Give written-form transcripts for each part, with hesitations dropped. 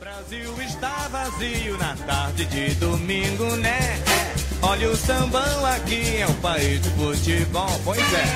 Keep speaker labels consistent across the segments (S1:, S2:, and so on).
S1: Brasil está vazio na tarde de domingo, né? Olha o sambão aqui, é o país do futebol, pois é.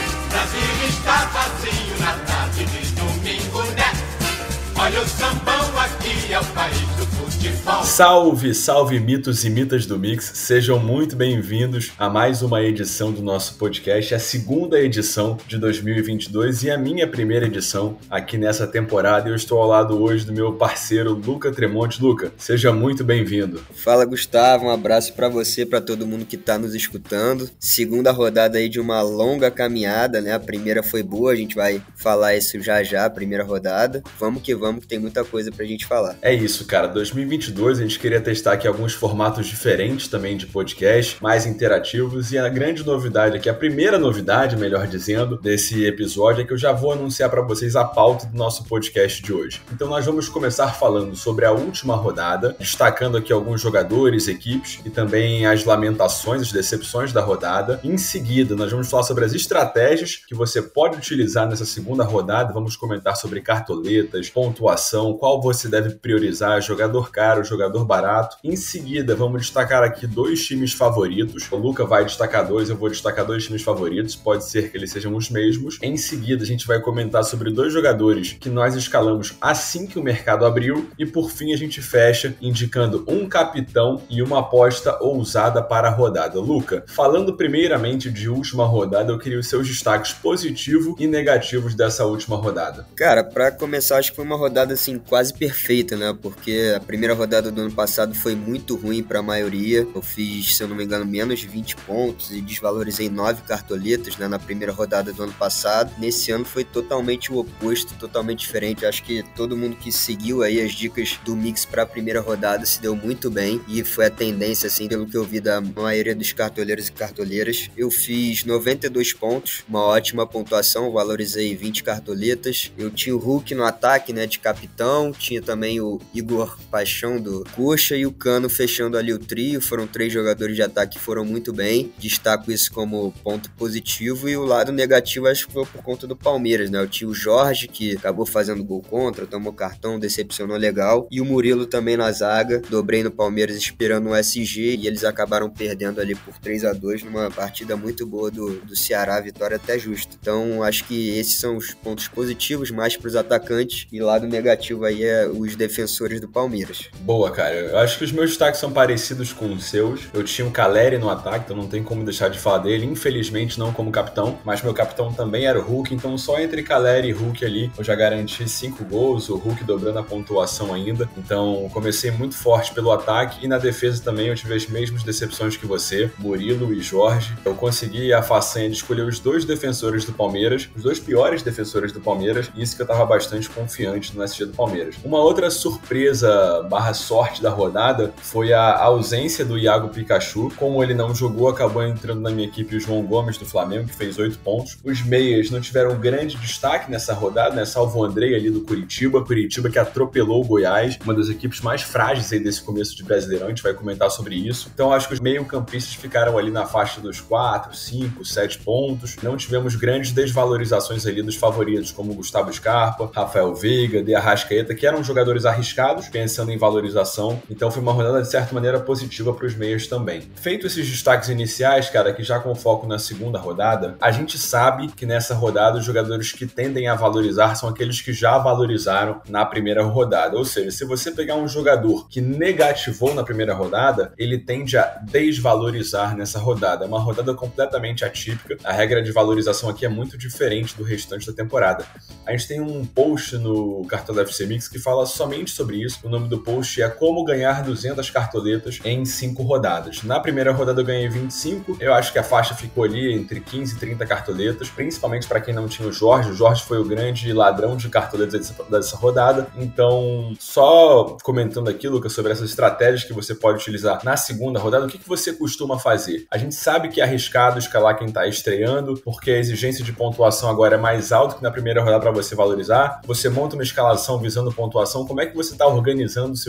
S2: Brasil está vazio na tarde de domingo, né? Olha o sambão aqui, é o país do futebol.
S3: Salve, salve mitos e mitas do Mix, sejam muito bem-vindos a mais uma edição do nosso podcast, a segunda edição de 2022 e a minha primeira edição aqui nessa temporada. Eu estou ao lado hoje do meu parceiro Luca Tremonti. Luca, seja muito bem-vindo.
S4: Fala, Gustavo, um abraço para você, para todo mundo que está nos escutando. Segunda rodada aí de uma longa caminhada, né? A primeira foi boa, a gente vai falar isso já, a primeira rodada. Vamos que tem muita coisa pra gente falar.
S3: É isso, cara. 2022 a gente queria testar aqui alguns formatos diferentes também de podcast, mais interativos, e a grande novidade aqui, a primeira novidade, melhor dizendo, desse episódio é que eu já vou anunciar pra vocês a pauta do nosso podcast de hoje. Então nós vamos começar falando sobre a última rodada, destacando aqui alguns jogadores, equipes e também as lamentações, as decepções da rodada. Em seguida, nós vamos falar sobre as estratégias que você pode utilizar nessa segunda rodada, vamos comentar sobre cartoletas, pontuação, qual você deve priorizar, jogador caro, jogador barato. Em seguida, vamos destacar aqui dois times favoritos. O Luca vai destacar dois, eu vou destacar dois times favoritos, pode ser que eles sejam os mesmos. Em seguida, a gente vai comentar sobre dois jogadores que nós escalamos assim que o mercado abriu. E por fim, a gente fecha indicando um capitão e uma aposta ousada para a rodada. Luca, falando primeiramente de última rodada, eu queria os seus destaques positivos e negativos dessa última rodada.
S4: Cara, para começar, acho que foi uma rodada assim quase perfeita, né? Porque a primeira rodada do ano passado foi muito ruim para a maioria. Eu fiz, se eu não me engano, menos de 20 pontos e desvalorizei 9 cartoletas, né, na primeira rodada do ano passado. Nesse ano foi totalmente o oposto, totalmente diferente. Acho que todo mundo que seguiu aí as dicas do Mix para a primeira rodada se deu muito bem e foi a tendência, assim, pelo que eu vi da maioria dos cartoleiros e cartoleiras. Eu fiz 92 pontos, uma ótima pontuação, valorizei 20 cartoletas. Eu tinha o Hulk no ataque, né, de capitão, tinha também o Igor Paixão do Coxa e o Cano fechando ali o trio. Foram 3 jogadores de ataque que foram muito bem, destaco isso como ponto positivo. E o lado negativo acho que foi por conta do Palmeiras, né? Eu tinha o Jorge, que acabou fazendo gol contra, tomou cartão, decepcionou legal, e o Murilo também na zaga. Dobrei no Palmeiras esperando o SG e eles acabaram perdendo ali por 3-2 numa partida muito boa do Ceará, vitória até justa. Então acho que esses são os pontos positivos mais para os atacantes, e lado negativo aí é os defensores do Palmeiras.
S3: Boa, cara. Eu acho que os meus destaques são parecidos com os seus. Eu tinha o Caleri no ataque, então não tem como deixar de falar dele. Infelizmente não como capitão, mas meu capitão também era o Hulk, então só entre Caleri e Hulk ali eu já garanti 5 gols, o Hulk dobrando a pontuação ainda. Então comecei muito forte pelo ataque, e na defesa também eu tive as mesmas decepções que você, Murilo e Jorge. Eu consegui a façanha de escolher os dois defensores do Palmeiras, os dois piores defensores do Palmeiras, e isso que eu tava bastante confiante no SG do Palmeiras. Uma outra surpresa barra sorte da rodada foi a ausência do Iago Pikachu. Como ele não jogou, acabou entrando na minha equipe o João Gomes do Flamengo, que fez 8 pontos. Os meias não tiveram grande destaque nessa rodada, né? Salvo o Andrei ali do Curitiba que atropelou o Goiás, uma das equipes mais frágeis aí desse começo de Brasileirão, a gente vai comentar sobre isso. Então acho que os meio-campistas ficaram ali na faixa dos 4, 5, 7 pontos. Não tivemos grandes desvalorizações ali dos favoritos, como Gustavo Scarpa, Rafael Veiga, De Arrascaeta, que eram jogadores arriscados, pensando em valorização. Então foi uma rodada, de certa maneira, positiva para os meios também. Feito esses destaques iniciais, cara, que já com foco na segunda rodada, a gente sabe que nessa rodada os jogadores que tendem a valorizar são aqueles que já valorizaram na primeira rodada. Ou seja, se você pegar um jogador que negativou na primeira rodada, ele tende a desvalorizar nessa rodada. É uma rodada completamente atípica. A regra de valorização aqui é muito diferente do restante da temporada. A gente tem um post no Cartola FC Mix que fala somente sobre isso. O nome do post é Como Ganhar 200 Cartoletas em 5 rodadas. Na primeira rodada eu ganhei 25. Eu acho que a faixa ficou ali entre 15 e 30 cartoletas, principalmente para quem não tinha o Jorge. O Jorge foi o grande ladrão de cartoletas dessa rodada. Então, só comentando aqui, Lucas, sobre essas estratégias que você pode utilizar na segunda rodada, o que você costuma fazer? A gente sabe que é arriscado escalar quem está estreando, porque a exigência de pontuação agora é mais alta que na primeira rodada para você valorizar. Você monta uma escalação visando pontuação. Como é que você está organizando o seu time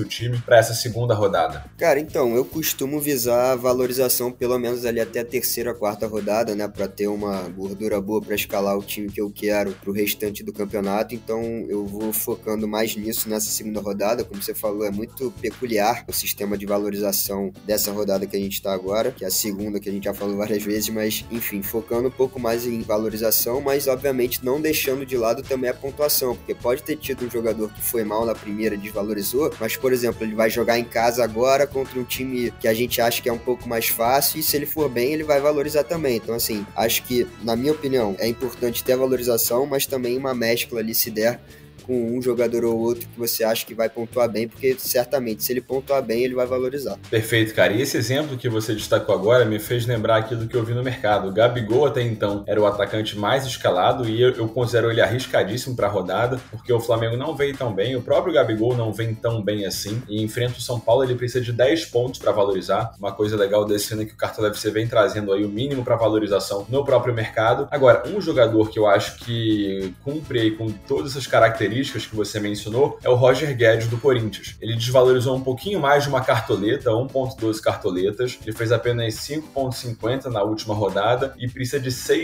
S3: para essa segunda rodada?
S4: Cara, então, eu costumo visar a valorização pelo menos ali até a terceira, quarta rodada, né, para ter uma gordura boa para escalar o time que eu quero pro restante do campeonato. Então eu vou focando mais nisso nessa segunda rodada. Como você falou, é muito peculiar o sistema de valorização dessa rodada que a gente está agora, que é a segunda que a gente já falou várias vezes, mas enfim, focando um pouco mais em valorização, mas obviamente não deixando de lado também a pontuação, porque pode ter tido um jogador que foi mal na primeira, desvalorizou, mas por exemplo, ele vai jogar em casa agora contra um time que a gente acha que é um pouco mais fácil, e se ele for bem, ele vai valorizar também. Então assim, acho que, na minha opinião, é importante ter a valorização, mas também uma mescla ali, se der, com um jogador ou outro que você acha que vai pontuar bem, porque certamente se ele pontuar bem, ele vai valorizar.
S3: Perfeito, cara. E esse exemplo que você destacou agora me fez lembrar aquilo que eu vi no mercado. O Gabigol até então era o atacante mais escalado e eu considero ele arriscadíssimo para a rodada, porque o Flamengo não veio tão bem, o próprio Gabigol não vem tão bem assim, e enfrenta o São Paulo, ele precisa de 10 pontos para valorizar. Uma coisa legal desse ano é que o Cartola FC vem trazendo aí o mínimo para valorização no próprio mercado. Agora, um jogador que eu acho que cumpre aí com todas essas características que você mencionou é o Roger Guedes do Corinthians. Ele desvalorizou um pouquinho mais de uma cartoleta, 1.12 cartoletas, ele fez apenas 5.50 na última rodada e precisa de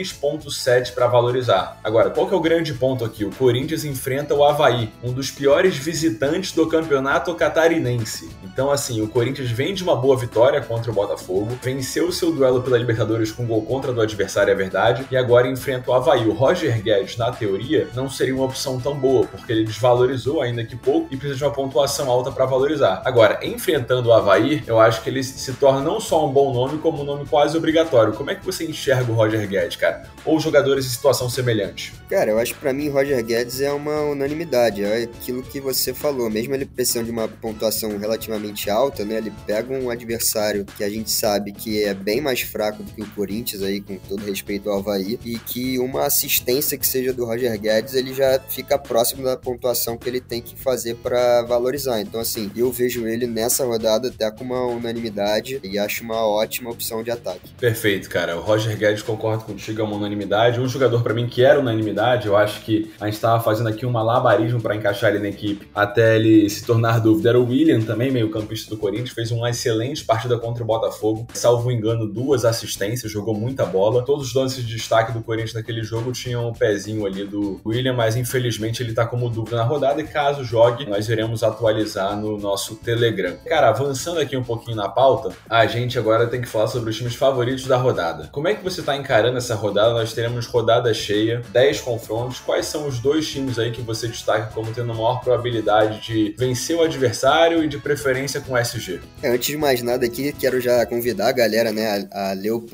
S3: 6.7 para valorizar. Agora, qual que é o grande ponto aqui? O Corinthians enfrenta o Avaí, um dos piores visitantes do campeonato catarinense. Então, assim, o Corinthians vem de uma boa vitória contra o Botafogo, venceu o seu duelo pela Libertadores com gol contra do adversário, é verdade, e agora enfrenta o Avaí. O Roger Guedes, na teoria, não seria uma opção tão boa, porque ele desvalorizou ainda que pouco e precisa de uma pontuação alta para valorizar. Agora, enfrentando o Avaí, eu acho que ele se torna não só um bom nome, como um nome quase obrigatório. Como é que você enxerga o Roger Guedes, cara? Ou jogadores em situação semelhante?
S4: Cara, eu acho que pra mim o Roger Guedes é uma unanimidade, é aquilo que você falou, mesmo ele precisando de uma pontuação relativamente alta, né, ele pega um adversário que a gente sabe que é bem mais fraco do que o Corinthians aí, com todo respeito ao Avaí, e que uma assistência que seja do Roger Guedes, ele já fica próximo da pontuação que ele tem que fazer para valorizar. Então assim, eu vejo ele nessa rodada até com uma unanimidade e acho uma ótima opção de ataque.
S3: Perfeito, cara. O Roger Guedes, concordo contigo, é uma unanimidade. Um jogador para mim que era unanimidade, eu acho que a gente estava fazendo aqui um malabarismo para encaixar ele na equipe até ele se tornar dúvida. Era o William também, meio campista do Corinthians, fez uma excelente partida contra o Botafogo, salvo engano 2 assistências, jogou muita bola. Todos os lances de destaque do Corinthians naquele jogo tinham o pezinho ali do William, mas infelizmente ele tá como dúvida na rodada e caso jogue, nós iremos atualizar no nosso Telegram. Cara, avançando aqui um pouquinho na pauta, a gente agora tem que falar sobre os times favoritos da rodada. Como é que você tá encarando essa rodada? Nós teremos rodada cheia, 10 confrontos. Quais são os 2 times aí que você destaca como tendo a maior probabilidade de vencer o adversário e de preferência com SG?
S4: Antes de mais nada aqui, quero já convidar a galera, né, a ler o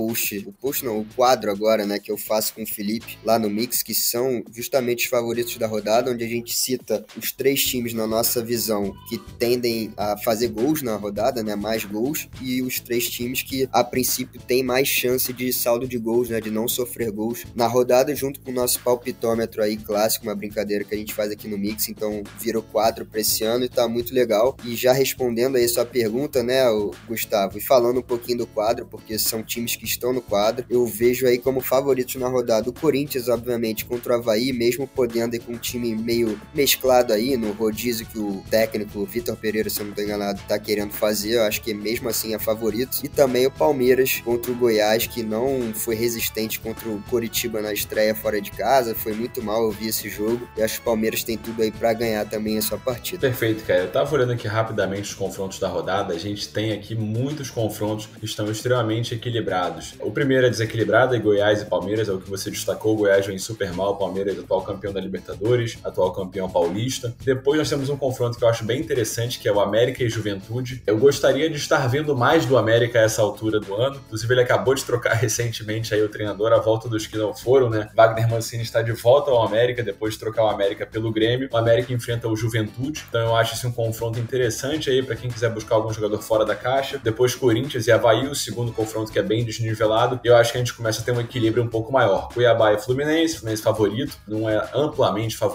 S4: quadro agora, né, que eu faço com o Felipe lá no Mix, que são justamente os favoritos da rodada, onde a gente cita os 3 times na nossa visão que tendem a fazer gols na rodada, né, mais gols, e os 3 times que a princípio têm mais chance de saldo de gols, né, de não sofrer gols na rodada, junto com o nosso palpitômetro aí clássico, uma brincadeira que a gente faz aqui no Mix. Então virou quadro para esse ano e tá muito legal. E já respondendo aí sua pergunta, né, Gustavo, e falando um pouquinho do quadro, porque são times que estão no quadro, eu vejo aí como favoritos na rodada o Corinthians, obviamente, contra o Avaí, mesmo podendo ir com um time meio mesclado aí no rodízio que o técnico Vitor Pereira, se eu não tô enganado, tá querendo fazer. Eu acho que mesmo assim é favorito. E também o Palmeiras contra o Goiás, que não foi resistente contra o Coritiba na estreia fora de casa, foi muito mal, eu vi esse jogo, e acho que o Palmeiras tem tudo aí pra ganhar também a sua partida.
S3: Perfeito, cara. Eu tava olhando aqui rapidamente os confrontos da rodada, a gente tem aqui muitos confrontos que estão extremamente equilibrados. O primeiro é desequilibrado, é Goiás e Palmeiras, é o que você destacou. O Goiás vem super mal, o Palmeiras atual campeão da Libertadores, atual campeão paulista. Depois nós temos um confronto que eu acho bem interessante, que é o América e Juventude. Eu gostaria de estar vendo mais do América a essa altura do ano, inclusive ele acabou de trocar recentemente aí o treinador, a volta dos que não foram, né? Wagner Mancini está de volta ao América, depois de trocar o América pelo Grêmio. O América enfrenta o Juventude, então eu acho esse um confronto interessante aí para quem quiser buscar algum jogador fora da caixa. Depois Corinthians e Avaí, o segundo confronto que é bem desnivelado, e eu acho que a gente começa a ter um equilíbrio um pouco maior. Cuiabá e Fluminense favorito, não é amplamente favorito, é um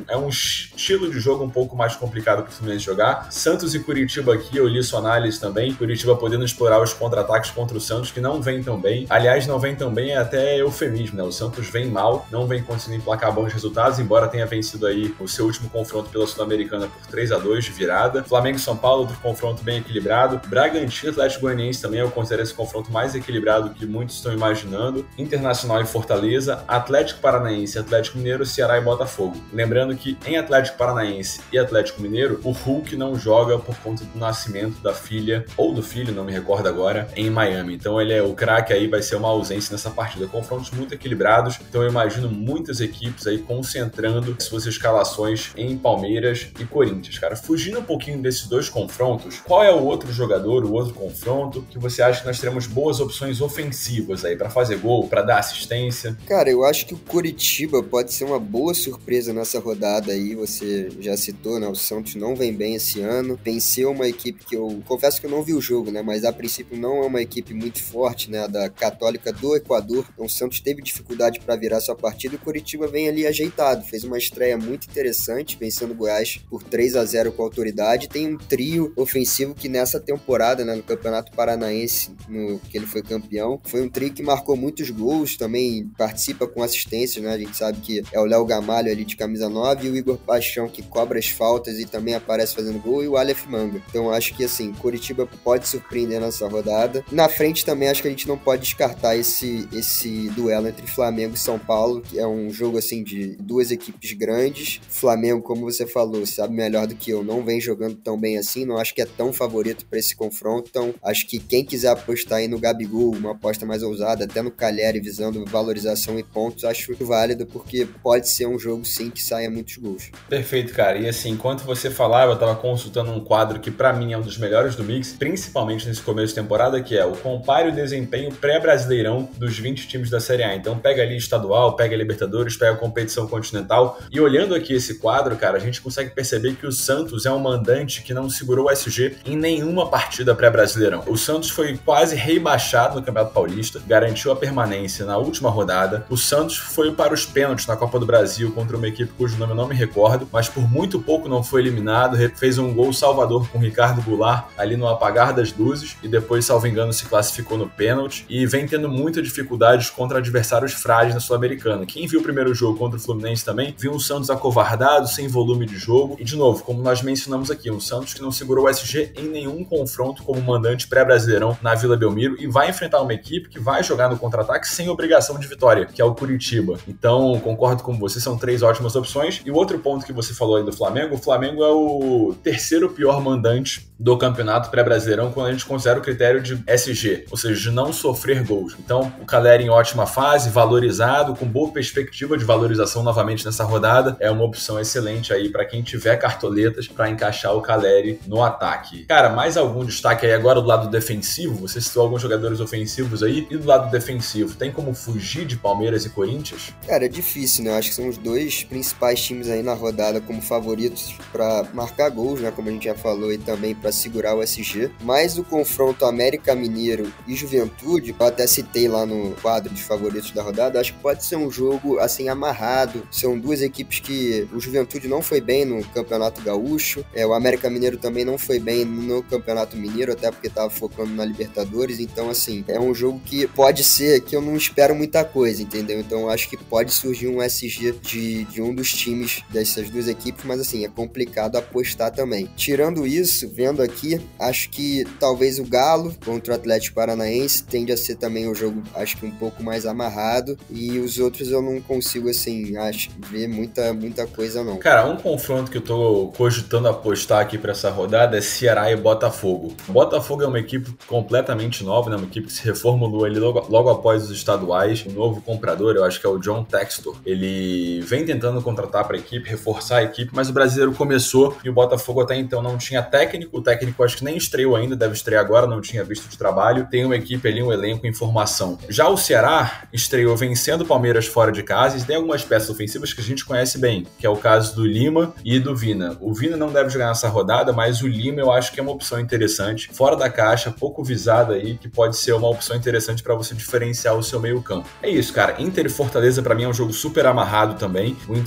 S3: é um estilo de jogo um pouco mais complicado para o Fluminense jogar. Santos e Curitiba aqui, eu li sua análise também. Curitiba podendo explorar os contra-ataques contra o Santos, que não vem tão bem. Aliás, não vem tão bem é até eufemismo, né? O Santos vem mal, não vem conseguindo emplacar bons resultados, embora tenha vencido aí o seu último confronto pela Sul-Americana por 3-2 de virada. Flamengo e São Paulo, outro confronto bem equilibrado. Bragantino e Atlético Goianiense também, eu considero esse confronto mais equilibrado que muitos estão imaginando. Internacional e Fortaleza, Atlético Paranaense, Atlético Mineiro, Ceará e Botafogo. Lembrando que em Atlético Paranaense e Atlético Mineiro, o Hulk não joga por conta do nascimento da filha, ou do filho, não me recordo agora, em Miami. Então ele é o craque aí, vai ser uma ausência nessa partida. Confrontos muito equilibrados, então eu imagino muitas equipes aí concentrando suas escalações em Palmeiras e Corinthians. Cara, fugindo um pouquinho desses dois confrontos, qual é o outro jogador, o outro confronto, que você acha que nós teremos boas opções ofensivas aí para fazer gol, para dar assistência?
S4: Cara, eu acho que o Coritiba pode ser uma boa surpresa nessa rodada aí, você já citou, né? O Santos não vem bem esse ano, venceu uma equipe que eu confesso que eu não vi o jogo, né? Mas a princípio não é uma equipe muito forte, né? Da Católica do Equador, então o Santos teve dificuldade para virar sua partida e o Coritiba vem ali ajeitado, fez uma estreia muito interessante, vencendo o Goiás por 3-0 com autoridade, tem um trio ofensivo que nessa temporada, né, no Campeonato Paranaense, no que ele foi campeão, foi um trio que marcou muitos gols, também participa com assistências, né? A gente sabe que é o Léo Gamalho ali de camisa 9 e o Igor Paixão que cobra as faltas e também aparece fazendo gol, e o Aleph Manga. Então acho que assim, Coritiba pode surpreender nessa rodada. Na frente também acho que a gente não pode descartar esse duelo entre Flamengo e São Paulo, que é um jogo assim de duas equipes grandes. Flamengo, como você falou, sabe melhor do que eu, não vem jogando tão bem assim, não acho que é tão favorito para esse confronto, então acho que quem quiser apostar aí no Gabigol, uma aposta mais ousada, até no Calheri visando valorização e pontos, acho válido, porque pode ser um jogo sim que saia muitos gols.
S3: Perfeito, cara, e assim, enquanto você falava, eu tava consultando um quadro que pra mim é um dos melhores do Mix, principalmente nesse começo de temporada, que é o compare o desempenho pré-brasileirão dos 20 times da Série A. Então pega ali estadual, pega a Libertadores, pega a competição continental, e olhando aqui esse quadro, cara, a gente consegue perceber que o Santos é um mandante que não segurou o SG em nenhuma partida pré-brasileirão. O Santos foi quase rebaixado no Campeonato Paulista, garantiu a permanência na última rodada. O Santos foi para os pênaltis na Copa do Brasil contra uma equipe cujo nome eu não me recordo, mas por muito pouco não foi eliminado, fez um gol salvador com o Ricardo Goulart ali no apagar das luzes e depois, salvo engano, se classificou no pênalti e vem tendo muita dificuldade contra adversários frágeis na Sul-Americana. Quem viu o primeiro jogo contra o Fluminense também viu um Santos acovardado, sem volume de jogo e, de novo, como nós mencionamos aqui, um Santos que não segurou o SG em nenhum confronto como mandante pré-brasileirão na Vila Belmiro e vai enfrentar uma equipe que vai jogar no contra-ataque sem obrigação de vitória, que é o Curitiba. Então, concordo com você, são três ótimas opções. E o outro ponto que você falou aí do Flamengo, o Flamengo é o terceiro pior mandante do campeonato pré-brasileirão quando a gente considera o critério de SG, ou seja, de não sofrer gols. Então, o Calheri em ótima fase, valorizado, com boa perspectiva de valorização novamente nessa rodada, é uma opção excelente aí para quem tiver cartoletas para encaixar o Calheri no ataque. Cara, mais algum destaque aí agora do lado defensivo? Você citou alguns jogadores ofensivos aí, e do lado defensivo, tem como fugir de Palmeiras e Corinthians?
S4: Cara, é difícil, né? Eu acho que são os dois principais times aí na rodada como favoritos para marcar gols, né? Como a gente já falou, e também para segurar o SG. Mas o confronto América Mineiro e Juventude, eu até citei lá no quadro de favoritos da rodada, acho que pode ser um jogo assim amarrado. São duas equipes que o Juventude não foi bem no Campeonato Gaúcho, o América Mineiro também não foi bem no Campeonato Mineiro, até porque estava focando na Libertadores. Então assim, é um jogo que pode ser que eu não espero muita coisa, entendeu? Então eu acho que pode surgir um SG de um dos times dessas duas equipes, mas assim, é complicado apostar também. Tirando isso, vendo aqui, acho que talvez o Galo contra o Atlético Paranaense tende a ser também um jogo, acho que um pouco mais amarrado, e os outros eu não consigo, assim, ver muita coisa não.
S3: Cara, um confronto que eu tô cogitando apostar aqui pra essa rodada é Ceará e Botafogo. Botafogo é uma equipe completamente nova, né? Uma equipe que se reformulou ali logo após os estaduais. O novo comprador, eu acho que é o John Textor, ele vem tentando contratar para a equipe, reforçar a equipe, mas o brasileiro começou e o Botafogo até então não tinha técnico. O técnico acho que nem estreou ainda, deve estrear agora, não tinha visto de trabalho. Tem uma equipe ali, um elenco em formação. Já o Ceará estreou vencendo o Palmeiras fora de casa e tem algumas peças ofensivas que a gente conhece bem, que é o caso do Lima e do Vina. O Vina não deve jogar nessa rodada, mas o Lima eu acho que é uma opção interessante, fora da caixa, pouco visada aí, que pode ser uma opção interessante para você diferenciar o seu meio campo. É isso, cara. Inter e Fortaleza pra mim é um jogo super amarrado também. O Inter acabou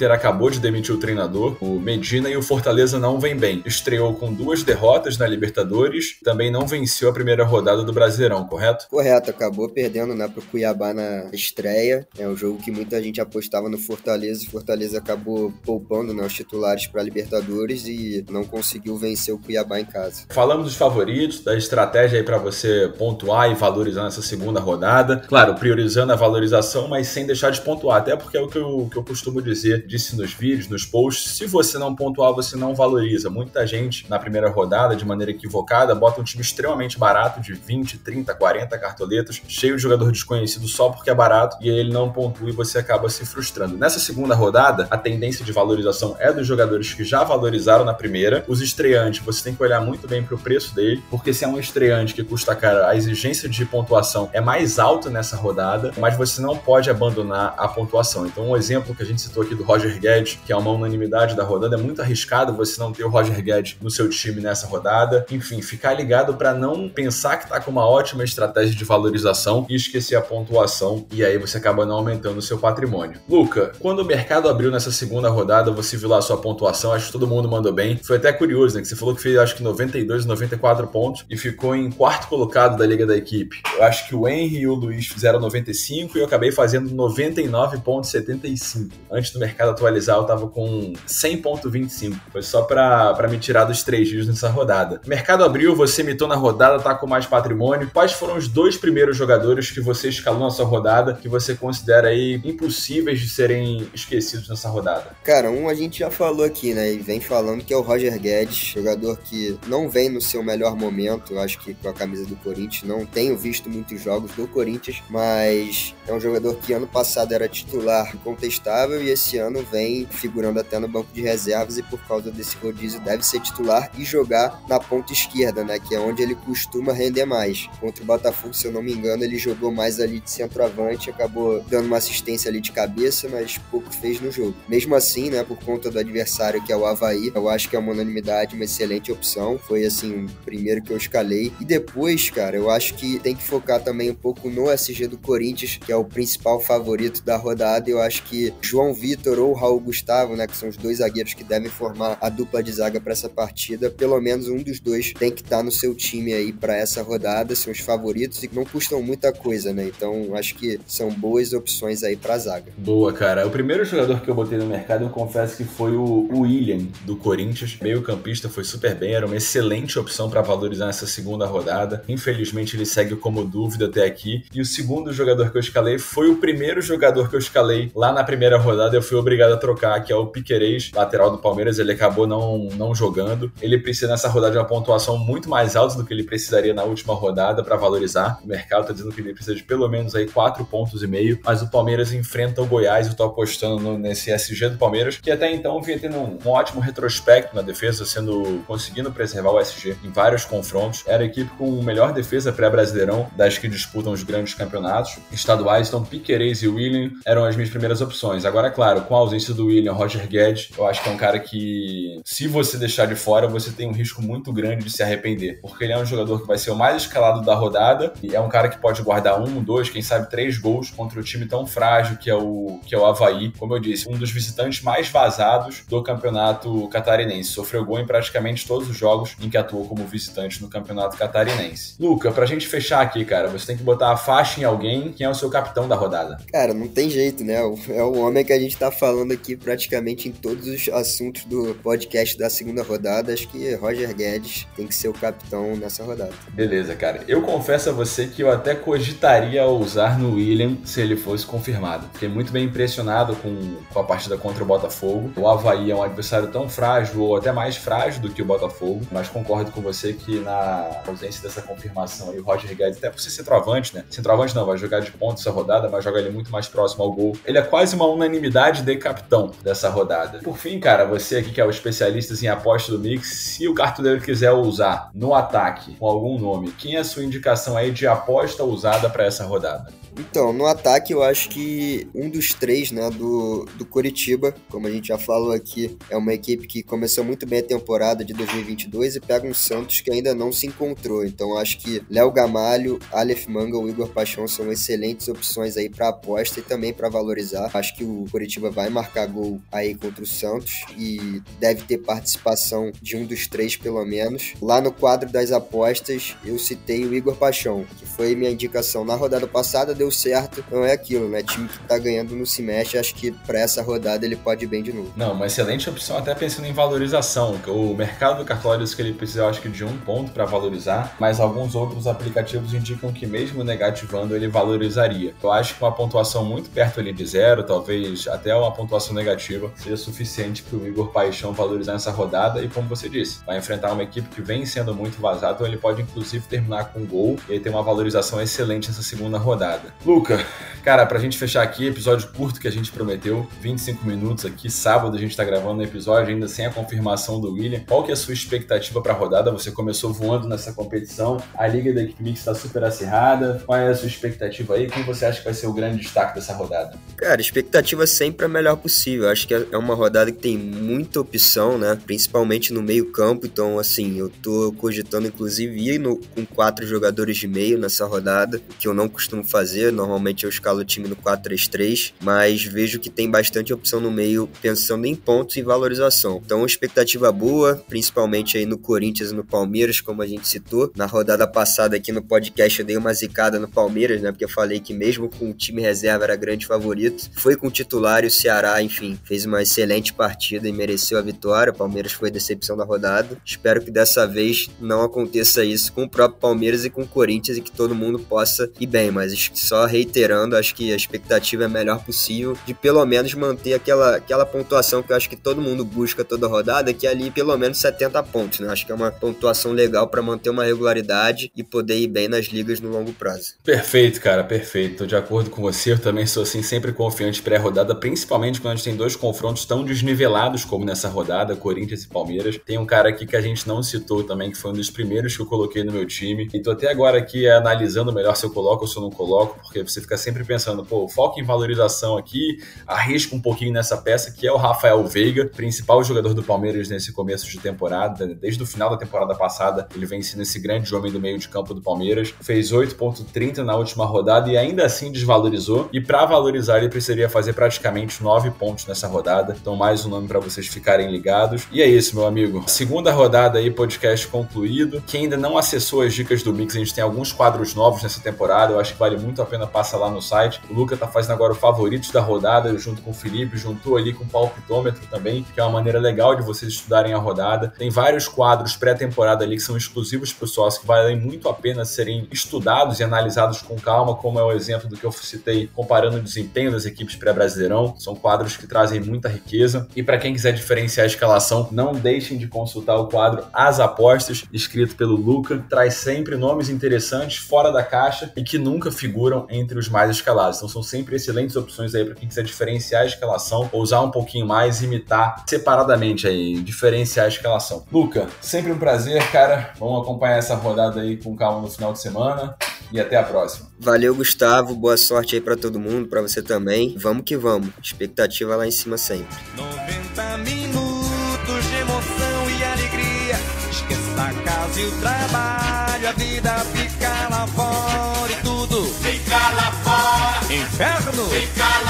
S3: acabou de demitir o treinador, o Medina, e o Fortaleza não vem bem. Estreou com 2 derrotas na Libertadores, também não venceu a primeira rodada do Brasileirão, correto?
S4: Correto, acabou perdendo, né, pro Cuiabá na estreia. É um jogo que muita gente apostava no Fortaleza. O Fortaleza acabou poupando, né, os titulares para Libertadores e não conseguiu vencer o Cuiabá em casa.
S3: Falamos dos favoritos, da estratégia aí para você pontuar e valorizar nessa segunda rodada. Claro, priorizando a valorização, mas sem deixar de pontuar, até porque é o que eu costumo dizer, disse nos vídeos, nos posts, se você não pontuar, você não valoriza. Muita gente na primeira rodada, de maneira equivocada, bota um time extremamente barato, de 20, 30, 40 cartoletas, cheio de jogador desconhecido só porque é barato, e aí ele não pontua e você acaba se frustrando. Nessa segunda rodada, a tendência de valorização é dos jogadores que já valorizaram na primeira. Os estreantes, você tem que olhar muito bem para o preço dele, porque se é um estreante que custa caro, a exigência de pontuação é mais alta nessa rodada, mas você não pode abandonar a pontuação. Então, um exemplo que a gente citou aqui do Roger Guedes, que é uma unanimidade da rodada, é muito arriscado você não ter o Roger Guedes no seu time nessa rodada. Enfim, ficar ligado para não pensar que está com uma ótima estratégia de valorização e esquecer a pontuação, e aí você acaba não aumentando o seu patrimônio. Luca, quando o mercado abriu nessa segunda rodada, você viu lá a sua pontuação, acho que todo mundo mandou bem. Foi até curioso, né, que você falou que fez acho que 92, 94 pontos e ficou em quarto colocado da liga da equipe. Eu acho que o Henry e o Luiz fizeram 95 e eu acabei fazendo 99,75. Antes do mercado atualizar, eu tava com 100,25. Foi só para me tirar dos 3 dias nessa rodada. O mercado abriu, você mitou na rodada, tá com mais patrimônio. Quais foram os 2 primeiros jogadores que você escalou na sua rodada, que você considera aí impossíveis de serem esquecidos nessa rodada?
S4: Cara, a gente já falou aqui, né, e vem falando, que é o Roger Guedes, jogador que não vem no seu melhor momento, eu acho que com a camisa do Corinthians. Não tenho visto muitos jogos do Corinthians, mas é um jogador que ano passado era titular incontestável e esse ano vem figurando até no banco de reservas, e por causa desse rodízio deve ser titular e jogar na ponta esquerda, né, que é onde ele costuma render mais. Contra o Botafogo, se eu não me engano, ele jogou mais ali de centroavante, acabou dando uma assistência ali de cabeça, mas pouco fez no jogo. Mesmo assim, né, por conta do adversário, que é o Avaí, eu acho que é uma unanimidade, uma excelente opção. Foi assim, o primeiro que eu escalei. E depois, cara, eu acho que tem que focar também um pouco no SG do Corinthians, que é o principal favorito da rodada. Eu acho que João Vitor ou Raul Gustavo, né, que são os 2 zagueiros que devem formar a dupla de zaga para essa partida, pelo menos um dos 2 tem que estar no seu time aí para essa rodada, são os favoritos e não custam muita coisa, né? Então, acho que são boas opções aí pra zaga.
S3: Boa, cara. O primeiro jogador que eu botei no mercado, eu confesso que foi o William, do Corinthians. Meio campista, foi super bem, era uma excelente opção para valorizar essa segunda rodada. Infelizmente, ele segue como dúvida até aqui. E o segundo jogador que eu escalei foi o primeiro jogador que eu escalei lá na primeira rodada. Eu fui obrigado a trocar, que é o Piquerez, lateral do Palmeiras. Ele acabou não jogando. Ele precisa nessa rodada de uma pontuação muito mais alta do que ele precisaria na última rodada para valorizar. O mercado tá dizendo que ele precisa de pelo menos aí 4,5 pontos, mas o Palmeiras enfrenta o Goiás. Eu tô apostando nesse SG do Palmeiras, que até então vinha tendo um ótimo retrospecto na defesa, conseguindo preservar o SG em vários confrontos. Era a equipe com melhor defesa pré-brasileirão das que disputam os grandes campeonatos estaduais. Então Piquerez e William eram as minhas primeiras opções. Agora, claro, com a ausência do William, Roger Guedes, eu acho que é um cara que, se você deixar de fora, você tem um risco muito grande de se arrepender, porque ele é um jogador que vai ser o mais escalado da rodada e é um cara que pode guardar 1, 2, quem sabe 3 gols contra um time tão frágil que é o Avaí. Como eu disse, um dos visitantes mais vazados do campeonato catarinense. Sofreu gol em praticamente todos os jogos em que atuou como visitante no campeonato catarinense. Luca, pra gente fechar aqui, cara, você tem que botar a faixa em alguém. Quem é o seu capitão da rodada?
S4: Cara, não tem jeito, né? É o homem que a gente tá falando aqui praticamente em todos os assuntos do podcast da segunda rodada. Acho que Roger Guedes tem que ser o capitão nessa rodada.
S3: Beleza, cara. Eu confesso a você que eu até cogitaria usar no William se ele fosse confirmado. Fiquei muito bem impressionado com a partida contra o Botafogo. O Avaí é um adversário tão frágil, ou até mais frágil do que o Botafogo, mas concordo com você que na ausência dessa confirmação aí, o Roger Guedes, até por ser centroavante, né? Centroavante não, vai jogar de ponta essa rodada, mas joga ele muito mais próximo ao gol. Ele é quase uma unanimidade de capitão dessa rodada. Por fim, cara, você aqui que é o especialista em aposta do Mix, se o cartoleiro quiser usar no ataque com algum nome, quem é a sua indicação aí de aposta usada para essa rodada?
S4: Então, no ataque eu acho que um dos 3, né, do Coritiba, como a gente já falou aqui, é uma equipe que começou muito bem a temporada de 2022 e pega um Santos que ainda não se encontrou. Então, acho que Léo Gamalho, Aleph Manga ou Igor Paixão são excelentes opções aí para aposta e também para valorizar. Acho que o Coritiba vai marcar gol aí contra o Santos e deve ter participação de um dos 3 pelo menos. Lá no quadro das apostas eu citei o Igor Paixão, que foi minha indicação na rodada passada, deu certo, não é aquilo, né? Time que tá ganhando não se mexe, acho que pra essa rodada ele pode ir bem de novo.
S3: Não, uma excelente opção, até pensando em valorização. O mercado do Cartola diz que ele precisa, acho que, de 1 ponto para valorizar, mas alguns outros aplicativos indicam que mesmo negativando ele valorizaria. Eu acho que uma pontuação muito perto ali de 0, talvez até uma pontuação negativa, seja suficiente para o Igor Paixão valorizar essa rodada e, como você disse, vai enfrentar uma equipe que vem sendo muito vazada, então ele pode inclusive terminar com um gol e aí ter uma valorização excelente nessa segunda rodada. Luca, cara, pra gente fechar aqui, episódio curto que a gente prometeu, 25 minutos aqui, sábado a gente tá gravando o episódio ainda sem a confirmação do William. Qual que é a sua expectativa pra rodada? Você começou voando nessa competição, a Liga da Equipe Mix tá super acirrada, qual é a sua expectativa aí? Quem você acha que vai ser o grande destaque dessa rodada?
S4: Cara, expectativa sempre é a melhor possível, acho que é uma rodada que tem muita opção, né, principalmente no meio campo, então assim, eu tô cogitando inclusive ir com 4 jogadores de meio nessa rodada, que eu não costumo fazer, normalmente eu escalo o time no 4-3-3, mas vejo que tem bastante opção no meio, pensando em pontos e valorização. Então, expectativa boa, principalmente aí no Corinthians e no Palmeiras, como a gente citou. Na rodada passada aqui no podcast eu dei uma zicada no Palmeiras, né, porque eu falei que mesmo com o time reserva era grande favorito. Foi com o titular e o Ceará, enfim, fez uma excelente partida e mereceu a vitória. O Palmeiras foi a decepção da rodada. Espero que dessa vez não aconteça isso com o próprio Palmeiras e com o Corinthians e que todo mundo possa ir bem, mas só reiterando, acho que a expectativa é a melhor possível de pelo menos manter aquela pontuação que eu acho que todo mundo busca toda rodada, que é ali pelo menos 70 pontos, né? Acho que é uma pontuação legal para manter uma regularidade e poder ir bem nas ligas no longo prazo.
S3: Perfeito, cara, perfeito. Tô de acordo com você, eu também sou assim sempre confiante pré-rodada, principalmente quando a gente tem 2 confrontos tão desnivelados como nessa rodada, Corinthians e Palmeiras. Tem um cara aqui que a gente não citou também, que foi um dos primeiros que eu coloquei no meu time, e tô até agora aqui analisando melhor se eu coloco ou se eu não coloco, porque você fica sempre pensando, foco em valorização aqui, arrisca um pouquinho nessa peça, que é o Rafael Veiga, principal jogador do Palmeiras nesse começo de temporada, desde o final da temporada passada, ele vem sendo esse grande homem do meio de campo do Palmeiras, fez 8.30 na última rodada e ainda assim desvalorizou, e para valorizar ele precisaria fazer praticamente 9 pontos nessa rodada, então mais um nome para vocês ficarem ligados. E é isso, meu amigo, segunda rodada aí, podcast concluído. Quem ainda não acessou as dicas do Mix, a gente tem alguns quadros novos nessa temporada, eu acho que vale muito a pena passar lá no site. O Luca tá fazendo agora o favoritos da rodada, junto com o Felipe, juntou ali com o palpitômetro também, que é uma maneira legal de vocês estudarem a rodada. Tem vários quadros pré-temporada ali que são exclusivos para o sócio, que valem muito a pena serem estudados e analisados com calma, como é o exemplo do que eu citei, comparando o desempenho das equipes pré-brasileirão. São quadros que trazem muita riqueza. E para quem quiser diferenciar a escalação, não deixem de consultar o quadro As Apostas, escrito pelo Luca. Traz sempre nomes interessantes, fora da caixa e que nunca figuram entre os mais escalados. Então são sempre excelentes opções aí para quem quiser diferenciar a escalação, ousar um pouquinho mais, imitar separadamente aí, diferenciar a escalação. Luca, sempre um prazer, cara. Vamos acompanhar essa rodada aí com calma no final de semana e até a próxima.
S4: Valeu, Gustavo. Boa sorte aí para todo mundo, para você também. Vamos que vamos. Expectativa lá em cima sempre.
S1: 90 minutos de emoção e alegria. Esqueça a casa e o trabalho, a vida fica lá fora e tudo
S2: fica lá fora.
S1: inferno
S2: Fica lá